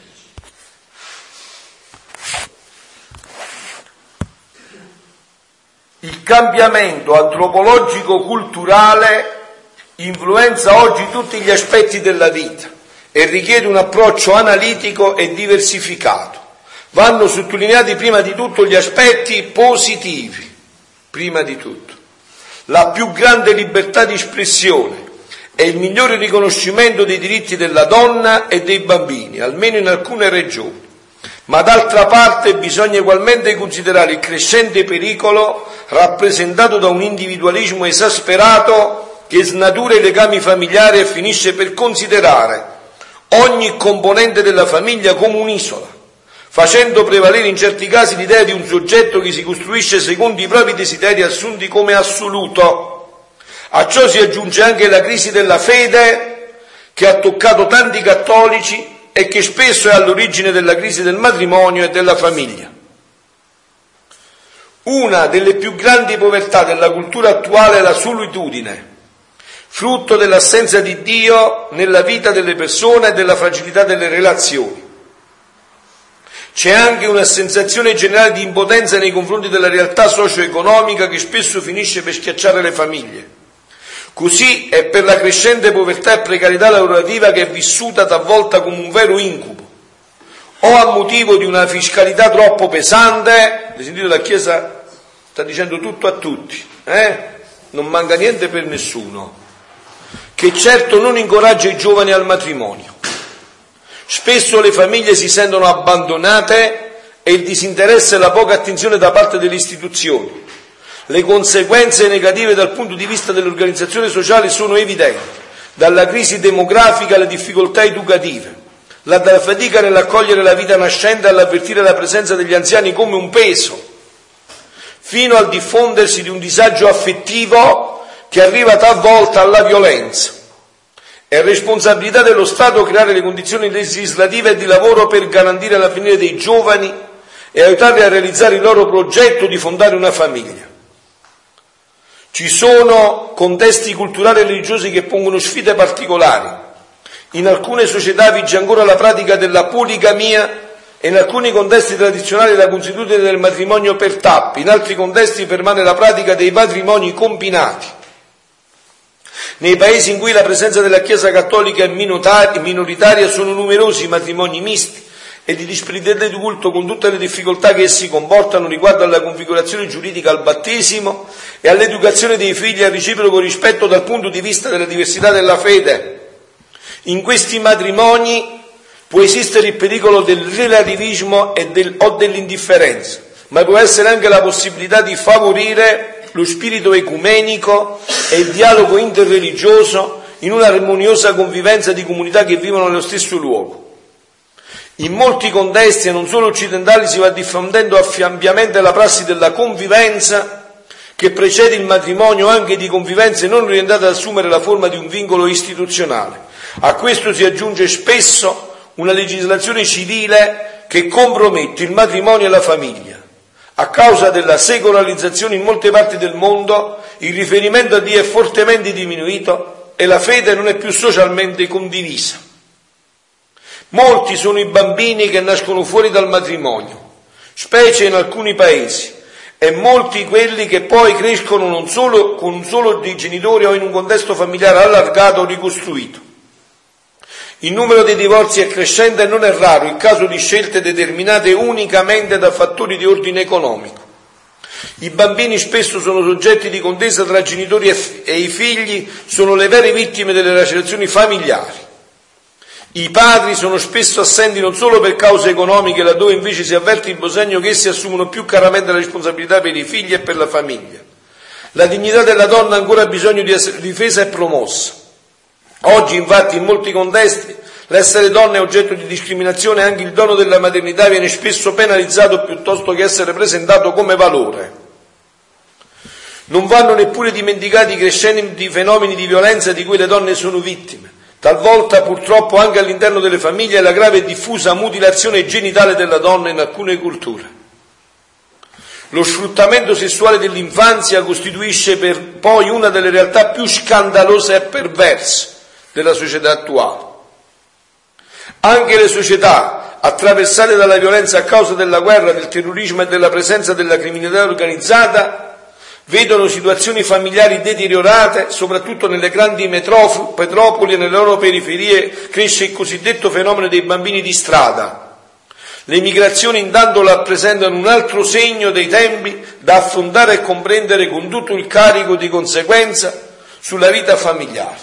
Il cambiamento antropologico-culturale influenza oggi tutti gli aspetti della vita e richiede un approccio analitico e diversificato. Vanno sottolineati prima di tutto gli aspetti positivi, prima di tutto. La più grande libertà di espressione e il migliore riconoscimento dei diritti della donna e dei bambini, almeno in alcune regioni. Ma d'altra parte bisogna ugualmente considerare il crescente pericolo rappresentato da un individualismo esasperato che snatura i legami familiari e finisce per considerare ogni componente della famiglia come un'isola, facendo prevalere in certi casi l'idea di un soggetto che si costruisce secondo i propri desideri assunti come assoluto. A ciò si aggiunge anche la crisi della fede che ha toccato tanti cattolici e che spesso è all'origine della crisi del matrimonio e della famiglia. Una delle più grandi povertà della cultura attuale è la solitudine, frutto dell'assenza di Dio nella vita delle persone e della fragilità delle relazioni. C'è anche una sensazione generale di impotenza nei confronti della realtà socio-economica che spesso finisce per schiacciare le famiglie. Così è per la crescente povertà e precarietà lavorativa che è vissuta talvolta come un vero incubo, o a motivo di una fiscalità troppo pesante. Sentite, la Chiesa sta dicendo tutto a tutti, eh? Non manca niente per nessuno, che certo non incoraggia i giovani al matrimonio. Spesso le famiglie si sentono abbandonate e il disinteresse e la poca attenzione da parte delle istituzioni. Le conseguenze negative dal punto di vista delle organizzazioni sociali sono evidenti, dalla crisi demografica alle difficoltà educative, dalla fatica nell'accogliere la vita nascente e all'avvertire la presenza degli anziani come un peso, fino al diffondersi di un disagio affettivo che arriva talvolta alla violenza. È responsabilità dello Stato creare le condizioni legislative e di lavoro per garantire l'avvenire dei giovani e aiutarli a realizzare il loro progetto di fondare una famiglia. Ci sono contesti culturali e religiosi che pongono sfide particolari. In alcune società vige ancora la pratica della poligamia e in alcuni contesti tradizionali la consuetudine del matrimonio per tappi, in altri contesti permane la pratica dei matrimoni combinati. Nei paesi in cui la presenza della Chiesa cattolica è minoritaria sono numerosi i matrimoni misti e di disponibilità di culto, con tutte le difficoltà che essi comportano riguardo alla configurazione giuridica al battesimo e all'educazione dei figli al reciproco rispetto dal punto di vista della diversità della fede. In questi matrimoni può esistere il pericolo del relativismo e del, o dell'indifferenza, ma può essere anche la possibilità di favorire lo spirito ecumenico e il dialogo interreligioso in una armoniosa convivenza di comunità che vivono nello stesso luogo. In molti contesti, e non solo occidentali, si va diffondendo ampiamente la prassi della convivenza che precede il matrimonio, anche di convivenze non orientate ad assumere la forma di un vincolo istituzionale. A questo si aggiunge spesso una legislazione civile che compromette il matrimonio e la famiglia. A causa della secolarizzazione in molte parti del mondo, il riferimento a Dio è fortemente diminuito e la fede non è più socialmente condivisa. Molti sono i bambini che nascono fuori dal matrimonio, specie in alcuni paesi, e molti quelli che poi crescono non solo con un solo dei genitori o in un contesto familiare allargato o ricostruito. Il numero dei divorzi è crescente e non è raro il caso di scelte determinate unicamente da fattori di ordine economico. I bambini spesso sono soggetti di contesa tra genitori e i figli, sono le vere vittime delle lacerazioni familiari. I padri sono spesso assenti non solo per cause economiche, laddove invece si avverte il bisogno che essi assumono più chiaramente la responsabilità per i figli e per la famiglia. La dignità della donna ha ancora bisogno di essere difesa e promossa. Oggi, infatti, in molti contesti, l'essere donna è oggetto di discriminazione e anche il dono della maternità viene spesso penalizzato piuttosto che essere presentato come valore. Non vanno neppure dimenticati i crescenti fenomeni di violenza di cui le donne sono vittime. Talvolta, purtroppo, anche all'interno delle famiglie, la grave e diffusa mutilazione genitale della donna in alcune culture. Lo sfruttamento sessuale dell'infanzia costituisce per poi una delle realtà più scandalose e perverse della società attuale. Anche le società attraversate dalla violenza a causa della guerra, del terrorismo e della presenza della criminalità organizzata vedono situazioni familiari deteriorate, soprattutto nelle grandi metropoli e nelle loro periferie cresce il cosiddetto fenomeno dei bambini di strada. Le migrazioni intanto rappresentano un altro segno dei tempi da affrontare e comprendere con tutto il carico di conseguenza sulla vita familiare.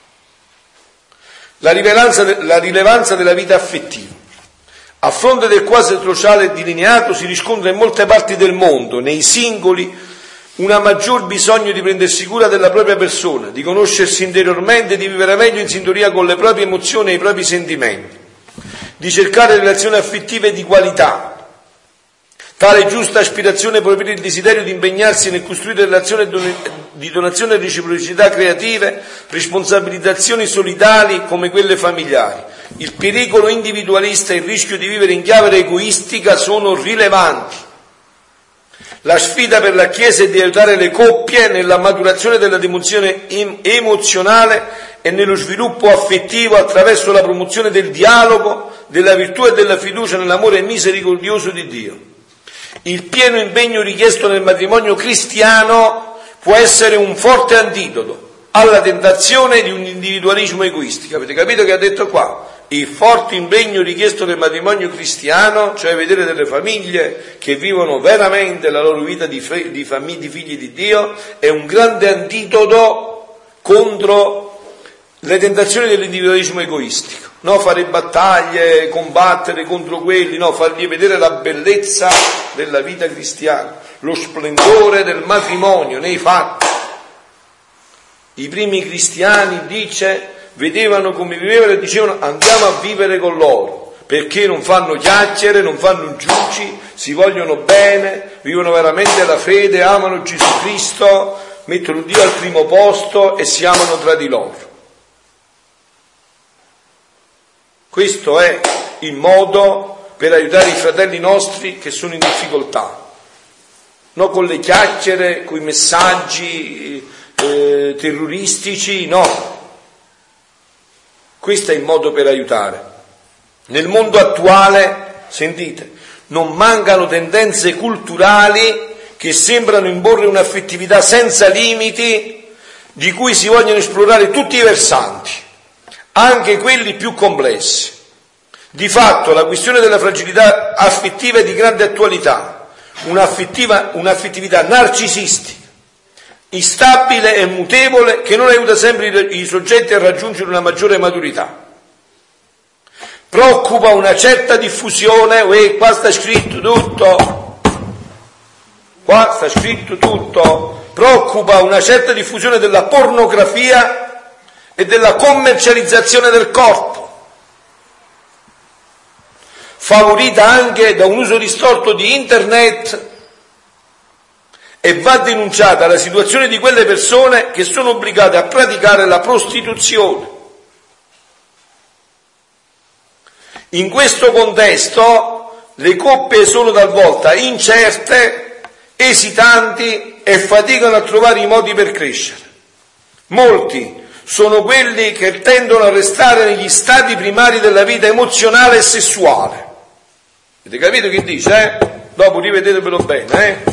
La rilevanza, la rilevanza della vita affettiva. A fronte del quasi sociale delineato si riscontra in molte parti del mondo, nei singoli, una maggior bisogno di prendersi cura della propria persona, di conoscersi interiormente, di vivere meglio in sintonia con le proprie emozioni e i propri sentimenti, di cercare relazioni affettive di qualità. Tale giusta aspirazione può avere il desiderio di impegnarsi nel costruire relazioni di donazione e reciprocità creative, responsabilizzazioni solidali come quelle familiari. Il pericolo individualista e il rischio di vivere in chiave egoistica sono rilevanti. La sfida per la Chiesa è di aiutare le coppie nella maturazione della dimensione emozionale e nello sviluppo affettivo attraverso la promozione del dialogo della virtù e della fiducia nell'amore misericordioso di Dio. Il pieno impegno richiesto nel matrimonio cristiano può essere un forte antidoto alla tentazione di un individualismo egoistico. Avete capito che ha detto qua? Il forte impegno richiesto nel matrimonio cristiano, cioè vedere delle famiglie che vivono veramente la loro vita di, fe- di, famiglie, di figli di Dio, è un grande antidoto contro le tentazioni dell'individualismo egoistico. No, fare battaglie, combattere contro quelli, no, fargli vedere la bellezza della vita cristiana, lo splendore del matrimonio nei fatti. I primi cristiani, dice, vedevano come vivevano e dicevano andiamo a vivere con loro, perché non fanno chiacchiere, non fanno giuci, si vogliono bene, vivono veramente la fede, amano Gesù Cristo, mettono Dio al primo posto e si amano tra di loro. Questo è il modo per aiutare i fratelli nostri che sono in difficoltà, non con le chiacchiere, con i messaggi eh, terroristici, no. Questo è il modo per aiutare. Nel mondo attuale, sentite, non mancano tendenze culturali che sembrano imporre un'affettività senza limiti, di cui si vogliono esplorare tutti i versanti, anche quelli più complessi. Di fatto la questione della fragilità affettiva è di grande attualità, un'affettiva, un'affettività narcisistica, instabile e mutevole, che non aiuta sempre i soggetti a raggiungere una maggiore maturità. Preoccupa una certa diffusione, uè, qua sta scritto tutto, qua sta scritto tutto, preoccupa una certa diffusione della pornografia e della commercializzazione del corpo, favorita anche da un uso distorto di internet, e va denunciata la situazione di quelle persone che sono obbligate a praticare la prostituzione. In questo contesto le coppie sono talvolta incerte, esitanti e faticano a trovare i modi per crescere. Molti sono quelli che tendono a restare negli stati primari della vita emozionale e sessuale. Avete capito che dice? Eh? Dopo rivedetevelo bene, eh?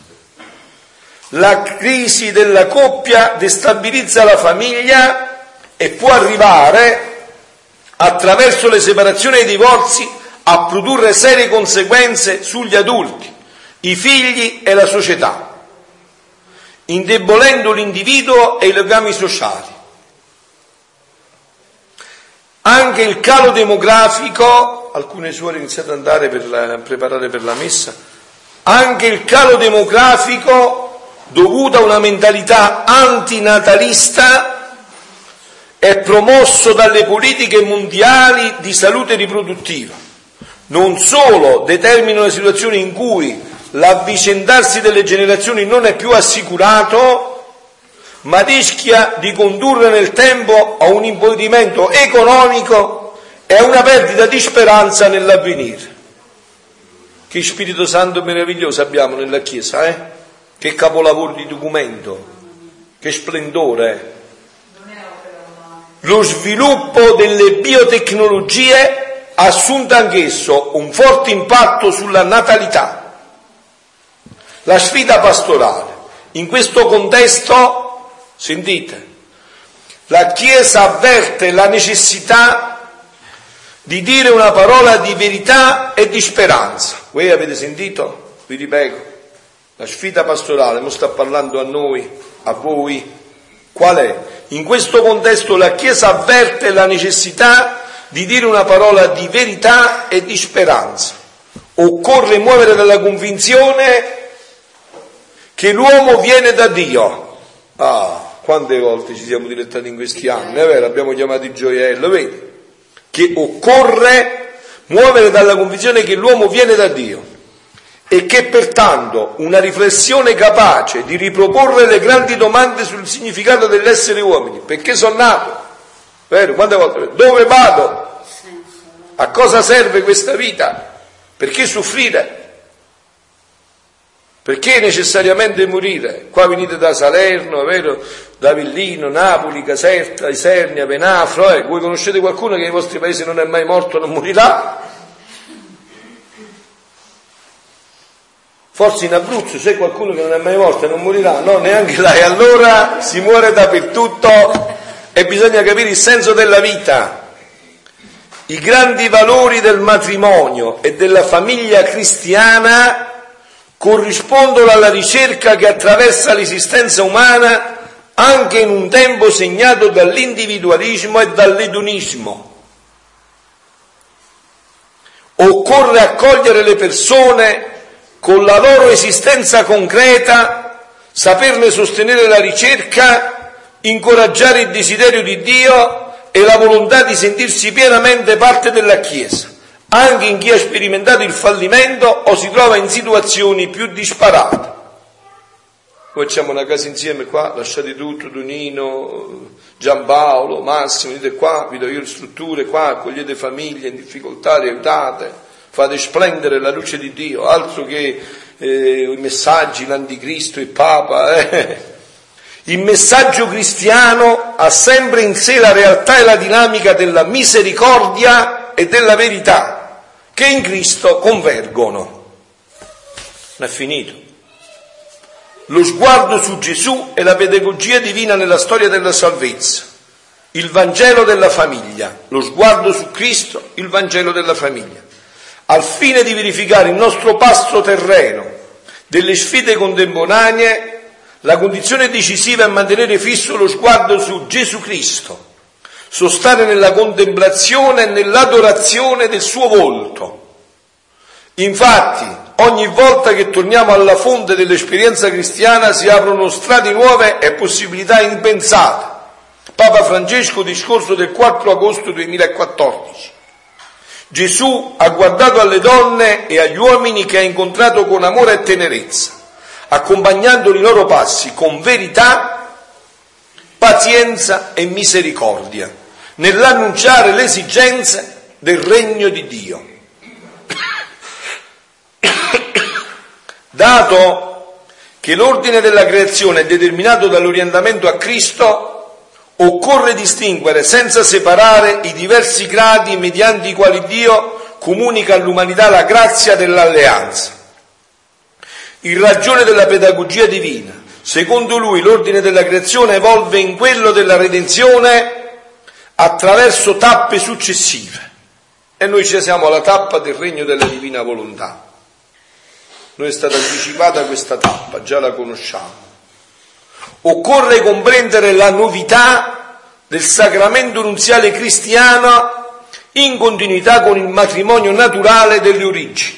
La crisi della coppia destabilizza la famiglia e può arrivare, attraverso le separazioni e i divorzi, a produrre serie conseguenze sugli adulti, i figli e la società, indebolendo l'individuo e i legami sociali. Anche il calo demografico, alcune suore iniziate ad andare per la, preparare per la messa, anche il calo demografico dovuto a una mentalità antinatalista è promosso dalle politiche mondiali di salute riproduttiva. Non solo determina una situazione in cui l'avvicendarsi delle generazioni non è più assicurato, ma rischia di condurre nel tempo a un impoverimento economico e a una perdita di speranza nell'avvenire. Che Spirito Santo meraviglioso abbiamo nella Chiesa, eh? Che capolavoro di documento, che splendore. Lo sviluppo delle biotecnologie ha assunto anch'esso un forte impatto sulla natalità. La sfida pastorale. In questo contesto, sentite, la Chiesa avverte la necessità di dire una parola di verità e di speranza. Voi avete sentito? Vi ripeto. La sfida pastorale, non sta parlando a noi, a voi. Qual è? In questo contesto la Chiesa avverte la necessità di dire una parola di verità e di speranza. Occorre muovere dalla convinzione che l'uomo viene da Dio. Ah, quante volte ci siamo dilettati in questi anni, è vero? Abbiamo chiamato il gioiello, vedi? Che occorre muovere dalla convinzione che l'uomo viene da Dio. E che pertanto una riflessione capace di riproporre le grandi domande sul significato dell'essere uomini. Perché sono nato? Vero? Quante volte? Dove vado? A cosa serve questa vita? Perché soffrire? Perché necessariamente morire? Qua venite da Salerno, vero? Da Avellino, Napoli, Caserta, Isernia, Venafro, eh? Voi conoscete qualcuno che nei vostri paesi non è mai morto, non morirà? Forse in Abruzzo c'è qualcuno che non è mai morto e non morirà? No, neanche là. E allora si muore dappertutto e bisogna capire il senso della vita. I grandi valori del matrimonio e della famiglia cristiana corrispondono alla ricerca che attraversa l'esistenza umana anche in un tempo segnato dall'individualismo e dall'edonismo. Occorre accogliere le persone con la loro esistenza concreta, saperne sostenere la ricerca, incoraggiare il desiderio di Dio e la volontà di sentirsi pienamente parte della Chiesa, anche in chi ha sperimentato il fallimento o si trova in situazioni più disparate. Noi facciamo una casa insieme qua, lasciate tutto, Donino, Giampaolo, Massimo, venite qua, vi do io le strutture qua, accogliete famiglie in difficoltà, le aiutate, fate splendere la luce di Dio, altro che eh, i messaggi, l'anticristo, il Papa. Eh. Il messaggio cristiano ha sempre in sé la realtà e la dinamica della misericordia e della verità, che in Cristo convergono. Non è finito. Lo sguardo su Gesù è la pedagogia divina nella storia della salvezza, il Vangelo della famiglia, lo sguardo su Cristo, il Vangelo della famiglia, al fine di verificare il nostro passo terreno delle sfide contemporanee. La condizione decisiva è mantenere fisso lo sguardo su Gesù Cristo, sostare nella contemplazione e nell'adorazione del suo volto. Infatti, ogni volta che torniamo alla fonte dell'esperienza cristiana si aprono strade nuove e possibilità impensate. Papa Francesco, discorso del quattro agosto duemilaquattordici. Gesù ha guardato alle donne e agli uomini che ha incontrato con amore e tenerezza, accompagnandoli i loro passi con verità, pazienza e misericordia, nell'annunciare le esigenze del regno di Dio. Dato che l'ordine della creazione è determinato dall'orientamento a Cristo, occorre distinguere senza separare i diversi gradi mediante i quali Dio comunica all'umanità la grazia dell'alleanza. In ragione della pedagogia divina, secondo lui l'ordine della creazione evolve in quello della redenzione attraverso tappe successive. E noi ci siamo alla tappa del regno della divina volontà. Noi è stata anticipata questa tappa, già la conosciamo. Occorre comprendere la novità del sacramento nunziale cristiano in continuità con il matrimonio naturale delle origini.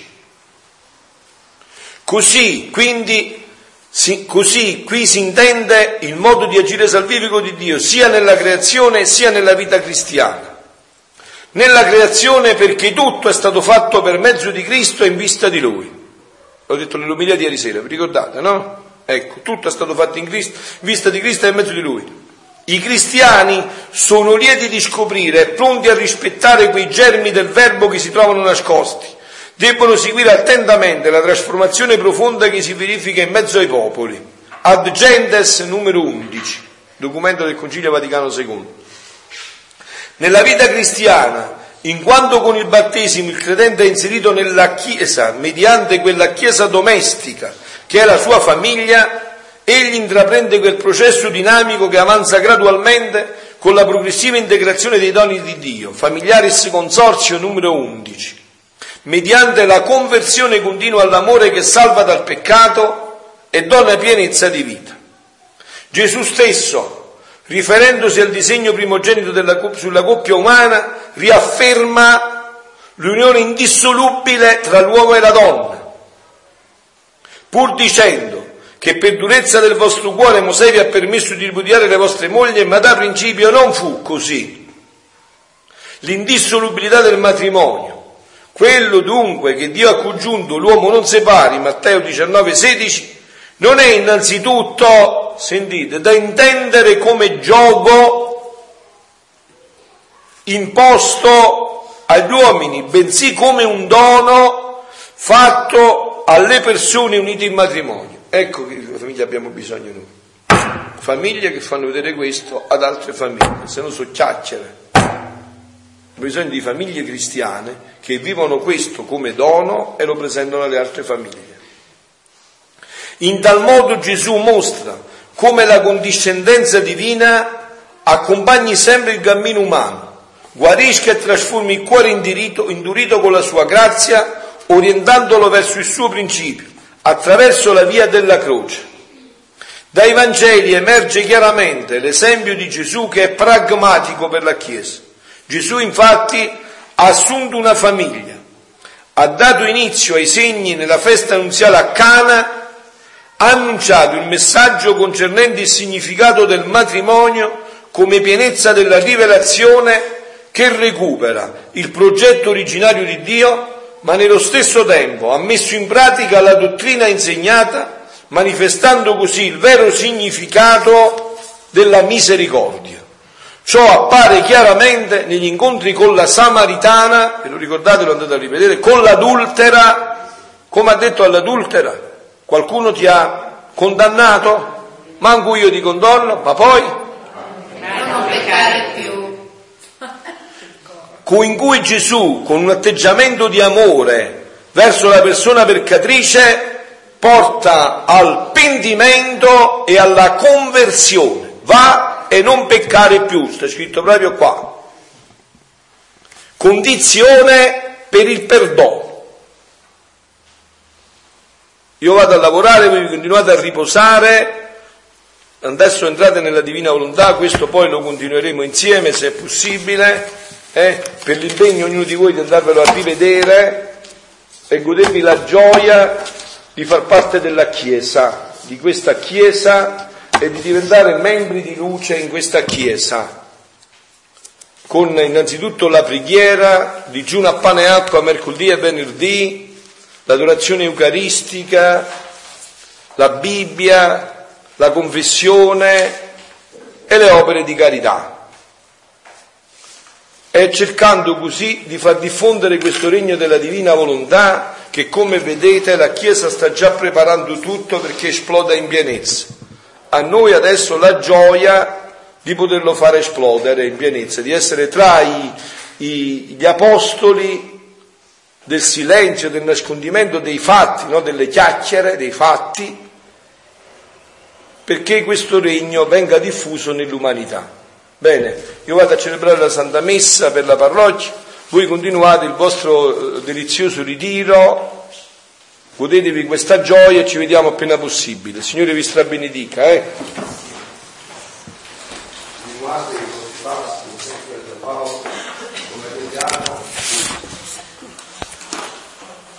Così, quindi, si, così qui si intende il modo di agire salvifico di Dio sia nella creazione sia nella vita cristiana. Nella creazione perché tutto è stato fatto per mezzo di Cristo e in vista di Lui. L'ho detto nell'omelia di ieri sera, vi ricordate, no? Ecco, tutto è stato fatto in Cristo, in vista di Cristo e in mezzo di Lui. I cristiani sono lieti di scoprire, pronti a rispettare quei germi del verbo che si trovano nascosti. Debbono seguire attentamente la trasformazione profonda che si verifica in mezzo ai popoli. Ad Gentes numero undici, documento del Concilio Vaticano secondo. Nella vita cristiana, in quanto con il battesimo il credente è inserito nella Chiesa, mediante quella Chiesa domestica, che è la sua famiglia, egli intraprende quel processo dinamico che avanza gradualmente con la progressiva integrazione dei doni di Dio, Familiaris Consorzio numero undici, mediante la conversione continua all'amore che salva dal peccato e dona pienezza di vita. Gesù stesso, riferendosi al disegno primogenito della, sulla coppia umana, riafferma l'unione indissolubile tra l'uomo e la donna, pur dicendo che per durezza del vostro cuore Mosè vi ha permesso di ripudiare le vostre mogli, ma da principio non fu così. L'indissolubilità del matrimonio, quello dunque che Dio ha congiunto l'uomo non separi, Matteo diciannove sedici, non è innanzitutto, sentite, da intendere come giogo imposto agli uomini, bensì come un dono fatto alle persone unite in matrimonio. Ecco che famiglia abbiamo bisogno noi. Famiglie che fanno vedere questo ad altre famiglie, se no so chiacchiere. Abbiamo bisogno di famiglie cristiane che vivono questo come dono e lo presentano alle altre famiglie. In tal modo Gesù mostra come la condiscendenza divina accompagni sempre il cammino umano, guarisca e trasformi il cuore indurito, indurito con la sua grazia, orientandolo verso il suo principio, attraverso la via della croce. Dai Vangeli emerge chiaramente l'esempio di Gesù che è pragmatico per la Chiesa. Gesù infatti ha assunto una famiglia, ha dato inizio ai segni nella festa nuziale a Cana, ha annunciato il messaggio concernente il significato del matrimonio come pienezza della rivelazione che recupera il progetto originario di Dio, ma nello stesso tempo ha messo in pratica la dottrina insegnata, manifestando così il vero significato della misericordia. Ciò appare chiaramente negli incontri con la Samaritana, ve lo ricordate, lo andate a rivedere, con l'adultera. Come ha detto all'adultera? Qualcuno ti ha condannato? Manco io ti condanno, ma poi? Non peccare più. In cui Gesù, con un atteggiamento di amore verso la persona peccatrice, porta al pentimento e alla conversione. Va e non peccare più, sta scritto proprio qua. Condizione per il perdono. Io vado a lavorare, voi continuate a riposare, adesso entrate nella divina volontà, questo poi lo continueremo insieme se è possibile, eh, per l'impegno ognuno di voi di andarvelo a rivedere e godervi la gioia di far parte della Chiesa, di questa Chiesa, e di diventare membri di luce in questa Chiesa, con innanzitutto la preghiera, digiuno a pane e acqua mercoledì e venerdì, l'adorazione eucaristica, la Bibbia, la confessione e le opere di carità, e cercando così di far diffondere questo regno della divina volontà che, come vedete, la Chiesa sta già preparando tutto perché esploda in pienezza. A noi adesso la gioia di poterlo fare esplodere in pienezza, di essere tra i, i, gli apostoli del silenzio, del nascondimento dei fatti, no? Delle chiacchiere, dei fatti, perché questo regno venga diffuso nell'umanità. Bene, io vado a celebrare la Santa Messa per la parrocchia, voi continuate il vostro delizioso ritiro, godetevi questa gioia e ci vediamo appena possibile. Il Signore vi strabenedica, eh? Continuate i vostri passi, sempre da Paolo, come vediamo.